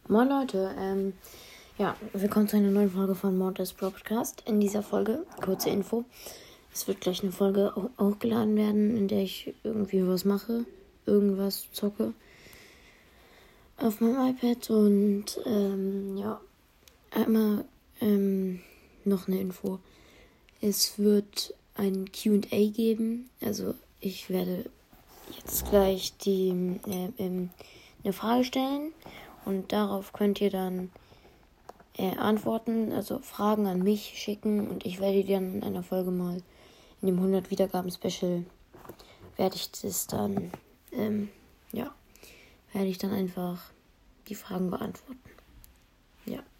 Moin Leute, willkommen zu einer neuen Folge von Mortis Podcast. In dieser Folge, kurze Info, es wird gleich eine Folge hochgeladen werden, in der ich irgendwie was mache, irgendwas zocke auf meinem iPad und einmal noch eine Info. Es wird ein Q&A geben, also ich werde jetzt gleich eine Frage stellen. Und darauf könnt ihr dann antworten, also Fragen an mich schicken. Und ich werde die dann in einer Folge mal in dem 100 Wiedergaben-Special werde ich einfach die Fragen beantworten. Ja.